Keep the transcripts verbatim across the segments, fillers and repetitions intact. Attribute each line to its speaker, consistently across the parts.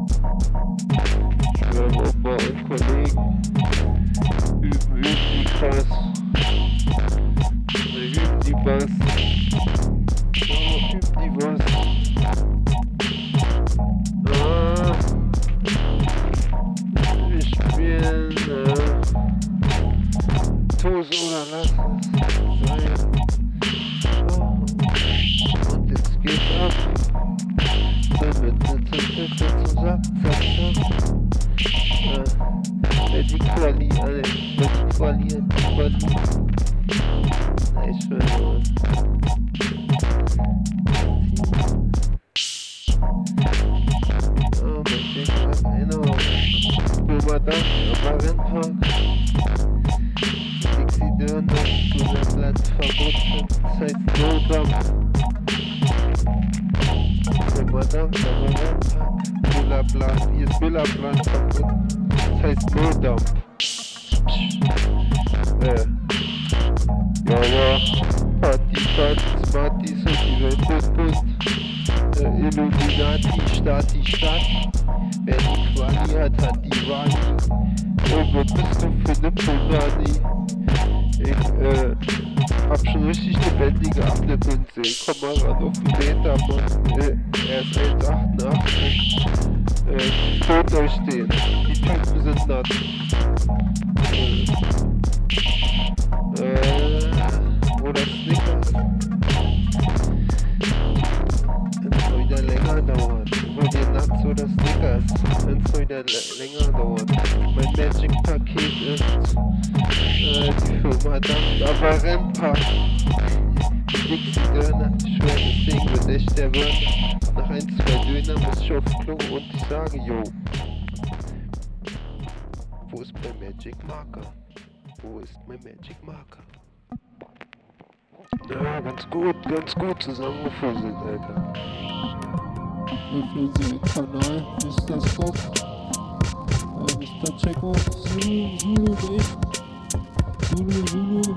Speaker 1: Schwöre Opa und Kollegen üben, üben die krass. Wir üben die Bass. Oh, üben die Bass. Ah. Wir spielen äh, Tose oder lass es sein. Oh. Und jetzt geht's ab. Damit, mit dem Zack, Zack, Zack. Äh, die Quali, alle, die Quali, die Quali. Ich schwöre. Oh, mein Ding hat Erinnerung. Böhmerdach, aber Rennpark. Dixie Dörner, grüner Platz, verboten, das heißt No-Dump. Böhmerdach, aber Rennpark. Büllerplan, hier ist Büllerplan verboten, das heißt No-Dump. Äh. Ja, ja, Party, Party, Smarties und die Welt ist bunt. Äh, Illuminati, Stati, Stadt. Wer die Quali hat, hat die Wali. Oh, wo bist du, Philipp Polani? Ich, äh, hab schon richtig lebendige Abnippeln sehen. Komm mal ran auf den Meter, Mann. Äh, er ist eins Komma achtundachtzig. Äh, tot euch stehen. Die Typen sind nass. Äh, äh, oder Snickers. Wenn's mal wieder länger dauert. Wollt ihr Nuts oder Snickers? Wenn's mal wieder länger dauert. Mein Magic-Paket ist äh, die Firma Dampft, aber Rennpark. Dixie Dörner, ich schwör, das Ding wird echt der Wörner. Nach ein, zwei Döner muss ich auf Klo und ich sage, yo. Wo ist mein Magic Marker? Wo ist mein Magic Marker? Ja, ganz gut, ganz gut zusammengefusselt, Alter.
Speaker 2: Öffnen Sie den Kanal, Mister Stop, äh, Mister Checo, Zulu, Zulu, ey. Zulu, Zulu.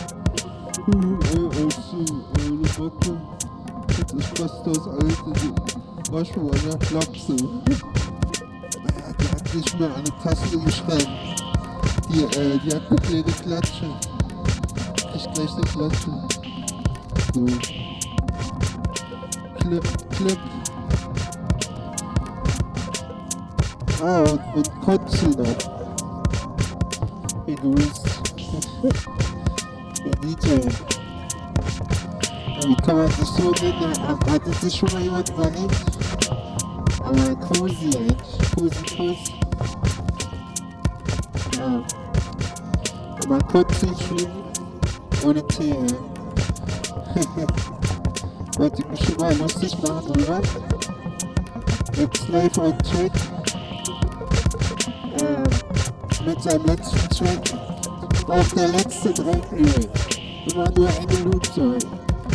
Speaker 2: Äh, aus, äh, eine Bocke. Das ist fast das alte Waschen meiner Klapse. Ja, die hat nicht mehr eine Tasse geschrieben. Die, äh, die hat eine kleine Klatsche. Ich gleich eine Klatsche. So. Clip, Clip. Ah, und, und Kotze noch. Egoist. Der D J. Wie kann man sich so nennen? Hat das sich schon mal jemand überlegt? Aber cozy, ey. Cozy, cozy. Ja. Aber Kotze schön. Ohne Tee, ey. Wollte ich mich schon mal lustig machen, oder? Jetzt live on Track. Äh, mit seinem letzten Track. Auch der letzte Track, ey. Immer nur eine Minute, ey.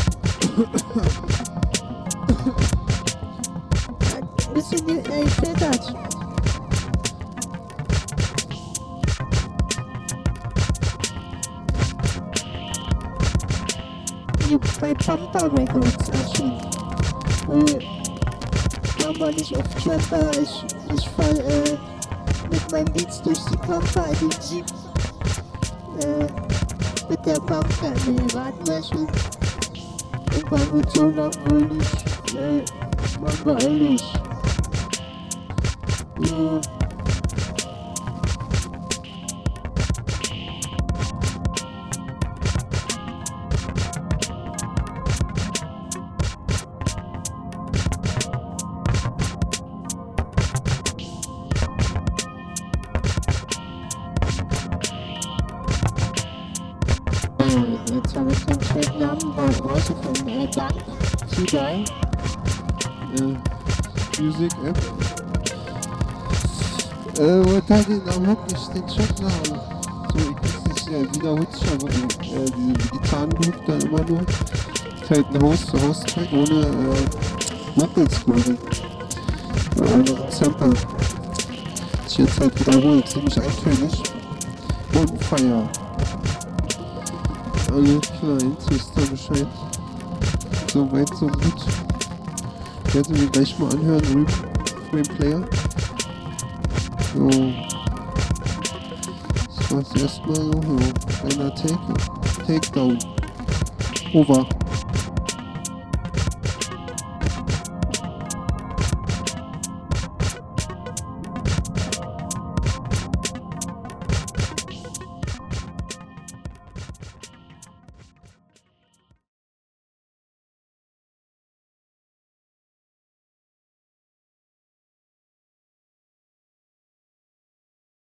Speaker 2: Ein bisschen gefiltert. Bei Pampa Records erschienen. Äh, Pampa nicht auf Trapper, ich, ich fall äh, mit meinen Beats durch die Pampa in den Jeep. Äh, mit der Pampa, nee, warten wir schon. Irgendwann wird so langweilig, äh, man beeil dich. Äh, Jetzt habe ich den Tracknamen rausgefunden, äh, Dank, T-Dye, äh, Music App. Äh, wollte halt den Namen wirklich, den Tracknamen. So, ich weiß nicht, äh, wiederholt sich aber äh, diese Gitarrenbuch dann immer nur. Ist halt ein Host-to-Host-Track ohne, äh, Vocals, ohne, ohne Sample. Ich jetzt halt wiederholt, ziemlich eintönig. Und Feier. Alle klar, jetzt wisst ihr Bescheid. So weit, so gut. Ich werde mir gleich mal anhören, Rip
Speaker 1: Frame Player. Jo. Das war's erstmal. Jo. Einer Take. Takedown. Over.